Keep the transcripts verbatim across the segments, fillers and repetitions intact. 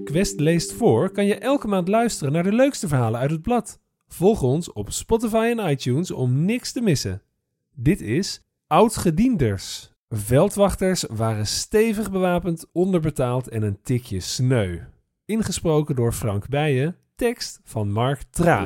Quest leest voor kan je elke maand luisteren naar de leukste verhalen uit het blad. Volg ons op Spotify en iTunes om niks te missen. Dit is Oudgedienders. Veldwachters waren stevig bewapend, onderbetaald en een tikje sneu. Ingesproken door Frank Bijen, tekst van Mark Tra.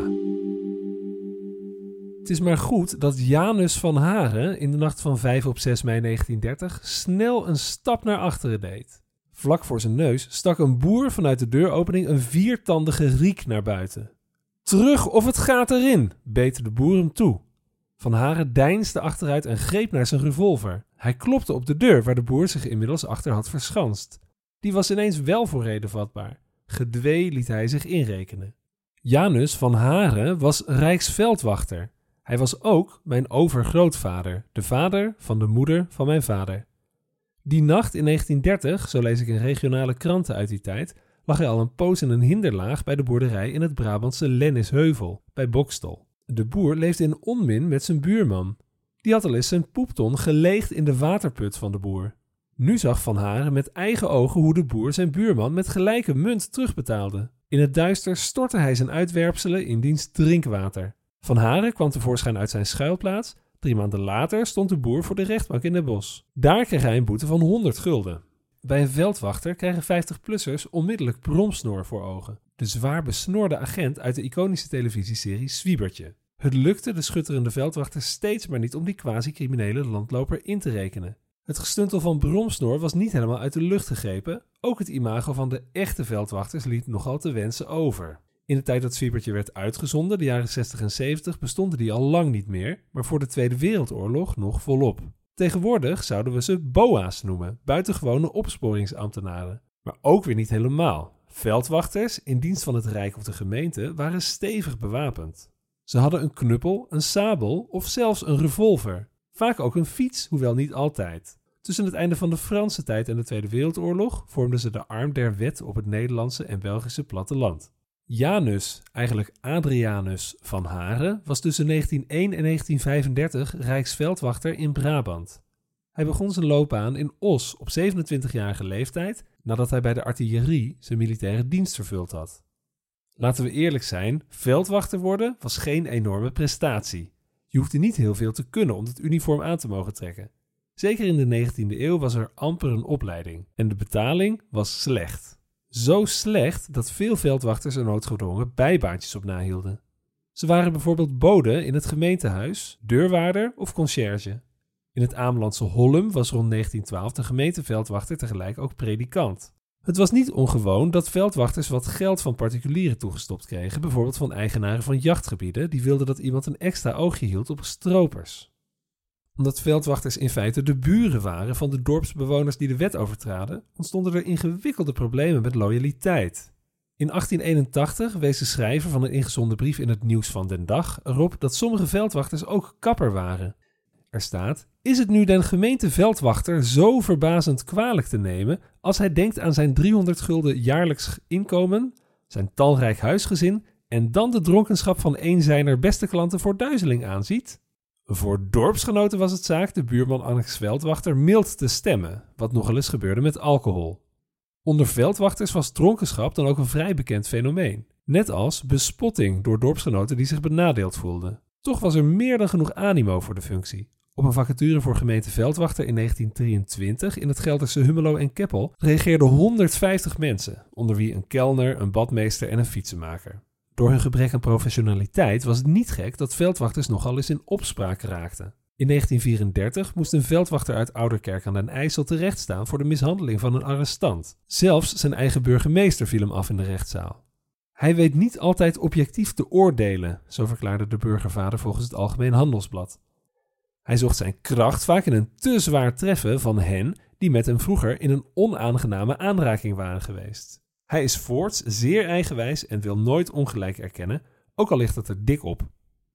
Het is maar goed dat Janus van Haren in de nacht van vijf op zes mei negentien dertig snel een stap naar achteren deed. Vlak voor zijn neus stak een boer vanuit de deuropening een viertandige riek naar buiten. Terug of het gaat erin, beette de boer hem toe. Van Haren deinsde achteruit en greep naar zijn revolver. Hij klopte op de deur waar de boer zich inmiddels achter had verschanst. Die was ineens wel voor reden vatbaar. Gedwee liet hij zich inrekenen. Janus van Haren was rijksveldwachter. Hij was ook mijn overgrootvader, de vader van de moeder van mijn vader. Die nacht in negentien dertig, zo lees ik in regionale kranten uit die tijd, lag hij al een poos in een hinderlaag bij de boerderij in het Brabantse Lennisheuvel, bij Bokstel. De boer leefde in onmin met zijn buurman. Die had al eens zijn poepton geleegd in de waterput van de boer. Nu zag Van Haren met eigen ogen hoe de boer zijn buurman met gelijke munt terugbetaalde. In het duister stortte hij zijn uitwerpselen in diens drinkwater. Van Haren kwam tevoorschijn uit zijn schuilplaats. Drie maanden later stond de boer voor de rechtbank in Den Bosch. Daar kreeg hij een boete van honderd gulden. Bij een veldwachter krijgen vijftig-plussers onmiddellijk Bromsnor voor ogen. De zwaar besnorde agent uit de iconische televisieserie Swiebertje. Het lukte de schutterende veldwachter steeds maar niet om die quasi-criminele landloper in te rekenen. Het gestuntel van Bromsnor was niet helemaal uit de lucht gegrepen. Ook het imago van de echte veldwachters liet nogal te wensen over. In de tijd dat Swiebertje werd uitgezonden, de jaren zestig en zeventig, bestonden die al lang niet meer, maar voor de Tweede Wereldoorlog nog volop. Tegenwoordig zouden we ze B O A's noemen, buitengewone opsporingsambtenaren. Maar ook weer niet helemaal. Veldwachters, in dienst van het Rijk of de gemeente, waren stevig bewapend. Ze hadden een knuppel, een sabel of zelfs een revolver. Vaak ook een fiets, hoewel niet altijd. Tussen het einde van de Franse tijd en de Tweede Wereldoorlog vormden ze de arm der wet op het Nederlandse en Belgische platteland. Janus, eigenlijk Adrianus van Haren, was tussen negentien nul één en negentien vijfendertig rijksveldwachter in Brabant. Hij begon zijn loopbaan in Os op zevenentwintigjarige leeftijd, nadat hij bij de artillerie zijn militaire dienst vervuld had. Laten we eerlijk zijn, veldwachter worden was geen enorme prestatie. Je hoefde niet heel veel te kunnen om het uniform aan te mogen trekken. Zeker in de negentiende eeuw was er amper een opleiding en de betaling was slecht. Zo slecht dat veel veldwachters er noodgedwongen bijbaantjes op nahielden. Ze waren bijvoorbeeld bode in het gemeentehuis, deurwaarder of conciërge. In het Amelandse Hollum was rond negentien twaalf de gemeenteveldwachter tegelijk ook predikant. Het was niet ongewoon dat veldwachters wat geld van particulieren toegestopt kregen, bijvoorbeeld van eigenaren van jachtgebieden die wilden dat iemand een extra oogje hield op stropers. Omdat veldwachters in feite de buren waren van de dorpsbewoners die de wet overtraden, ontstonden er ingewikkelde problemen met loyaliteit. In achttien eenentachtig wees de schrijver van een ingezonden brief in het Nieuws van den Dag erop dat sommige veldwachters ook kapper waren. Er staat: is het nu den gemeenteveldwachter zo verbazend kwalijk te nemen als hij denkt aan zijn driehonderd gulden jaarlijks inkomen, zijn talrijk huisgezin en dan de dronkenschap van een zijner beste klanten voor duizeling aanziet? Voor dorpsgenoten was het zaak de buurman Annex Veldwachter mild te stemmen, wat nogal eens gebeurde met alcohol. Onder veldwachters was dronkenschap dan ook een vrij bekend fenomeen. Net als bespotting door dorpsgenoten die zich benadeeld voelden. Toch was er meer dan genoeg animo voor de functie. Op een vacature voor gemeente Veldwachter in negentien drieëntwintig in het Gelderse Hummelo en Keppel reageerden honderdvijftig mensen, onder wie een kelner, een badmeester en een fietsenmaker. Door hun gebrek aan professionaliteit was het niet gek dat veldwachters nogal eens in opspraak raakten. In negentien vierendertig moest een veldwachter uit Ouderkerk aan den IJssel terechtstaan voor de mishandeling van een arrestant. Zelfs zijn eigen burgemeester viel hem af in de rechtszaal. Hij weet niet altijd objectief te oordelen, zo verklaarde de burgervader volgens het Algemeen Handelsblad. Hij zocht zijn kracht vaak in een te zwaar treffen van hen die met hem vroeger in een onaangename aanraking waren geweest. Hij is voorts zeer eigenwijs en wil nooit ongelijk erkennen, ook al ligt het er dik op.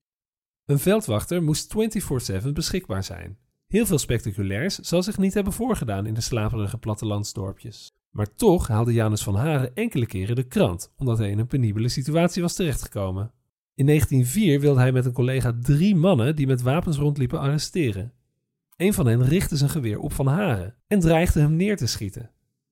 Een veldwachter moest vierentwintig zeven beschikbaar zijn. Heel veel spectaculairs zal zich niet hebben voorgedaan in de slaperige plattelandsdorpjes. Maar toch haalde Janus van Haren enkele keren de krant, omdat hij in een penibele situatie was terechtgekomen. In negentien nul vier wilde hij met een collega drie mannen die met wapens rondliepen arresteren. Een van hen richtte zijn geweer op Van Haren en dreigde hem neer te schieten.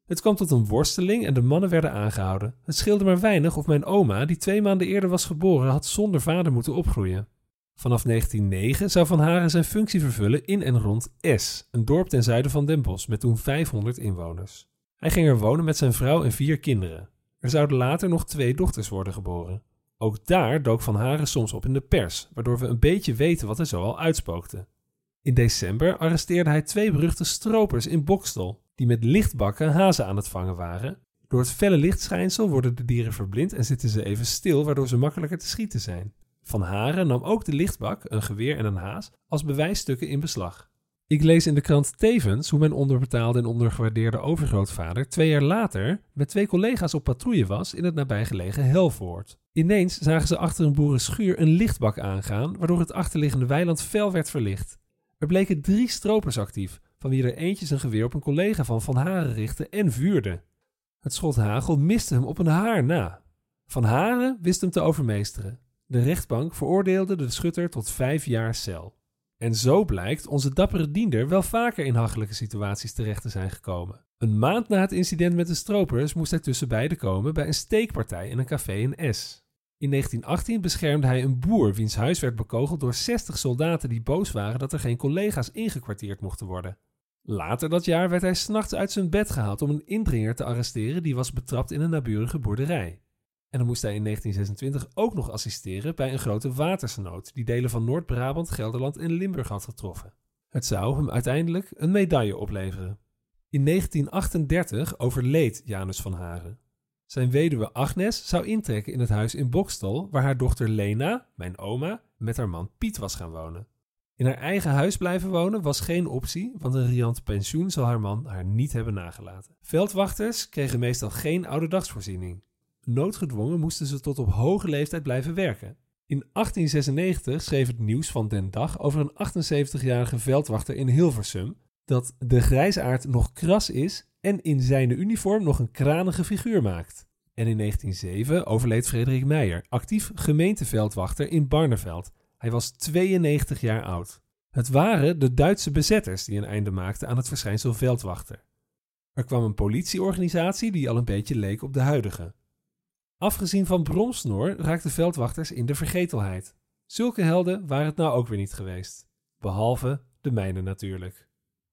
Het kwam tot een worsteling en de mannen werden aangehouden. Het scheelde maar weinig of mijn oma, die twee maanden eerder was geboren, had zonder vader moeten opgroeien. Vanaf negentien negen zou Van Haren zijn functie vervullen in en rond Es, een dorp ten zuiden van Den Bosch met toen vijfhonderd inwoners. Hij ging er wonen met zijn vrouw en vier kinderen. Er zouden later nog twee dochters worden geboren. Ook daar dook Van Haren soms op in de pers, waardoor we een beetje weten wat er zoal uitspookte. In december arresteerde hij twee beruchte stropers in Boxtel, die met lichtbakken hazen aan het vangen waren. Door het felle lichtschijnsel worden de dieren verblind en zitten ze even stil, waardoor ze makkelijker te schieten zijn. Van Haren nam ook de lichtbak, een geweer en een haas, als bewijsstukken in beslag. Ik lees in de krant tevens hoe mijn onderbetaalde en ondergewaardeerde overgrootvader twee jaar later met twee collega's op patrouille was in het nabijgelegen Helvoort. Ineens zagen ze achter een boerenschuur een lichtbak aangaan, waardoor het achterliggende weiland fel werd verlicht. Er bleken drie stropers actief, van wie er eentje zijn geweer op een collega van Van Haren richtte en vuurde. Het schot hagel miste hem op een haar na. Van Haren wist hem te overmeesteren. De rechtbank veroordeelde de schutter tot vijf jaar cel. En zo blijkt onze dappere diender wel vaker in hachelijke situaties terecht te zijn gekomen. Een maand na het incident met de stropers moest hij tussen beiden komen bij een steekpartij in een café in Es. In negentien achttien beschermde hij een boer wiens huis werd bekogeld door zestig soldaten die boos waren dat er geen collega's ingekwartierd mochten worden. Later dat jaar werd hij 's nachts uit zijn bed gehaald om een indringer te arresteren die was betrapt in een naburige boerderij. En dan moest hij in negentien zesentwintig ook nog assisteren bij een grote watersnood die delen van Noord-Brabant, Gelderland en Limburg had getroffen. Het zou hem uiteindelijk een medaille opleveren. In negentien achtendertig overleed Janus van Haren. Zijn weduwe Agnes zou intrekken in het huis in Boxtel, waar haar dochter Lena, mijn oma, met haar man Piet was gaan wonen. In haar eigen huis blijven wonen was geen optie, want een riant pensioen zal haar man haar niet hebben nagelaten. Veldwachters kregen meestal geen ouderdagsvoorziening. Noodgedwongen moesten ze tot op hoge leeftijd blijven werken. In achttien zesennegentig schreef het Nieuws van den Dag over een achtenzeventigjarige veldwachter in Hilversum dat de grijsaard nog kras is en in zijn uniform nog een kranige figuur maakt. En in negentien zeven overleed Frederik Meijer, actief gemeenteveldwachter in Barneveld. Hij was tweeënnegentig jaar oud. Het waren de Duitse bezetters die een einde maakten aan het verschijnsel veldwachter. Er kwam een politieorganisatie die al een beetje leek op de huidige. Afgezien van Bromsnor raakten veldwachters in de vergetelheid. Zulke helden waren het nou ook weer niet geweest. Behalve de mijne natuurlijk.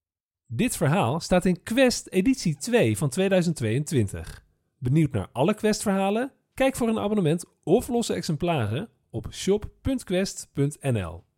Dit verhaal staat in Quest editie twee van tweeduizend tweeëntwintig. Benieuwd naar alle Quest-verhalen? Kijk voor een abonnement of losse exemplaren op shop punt quest punt n l.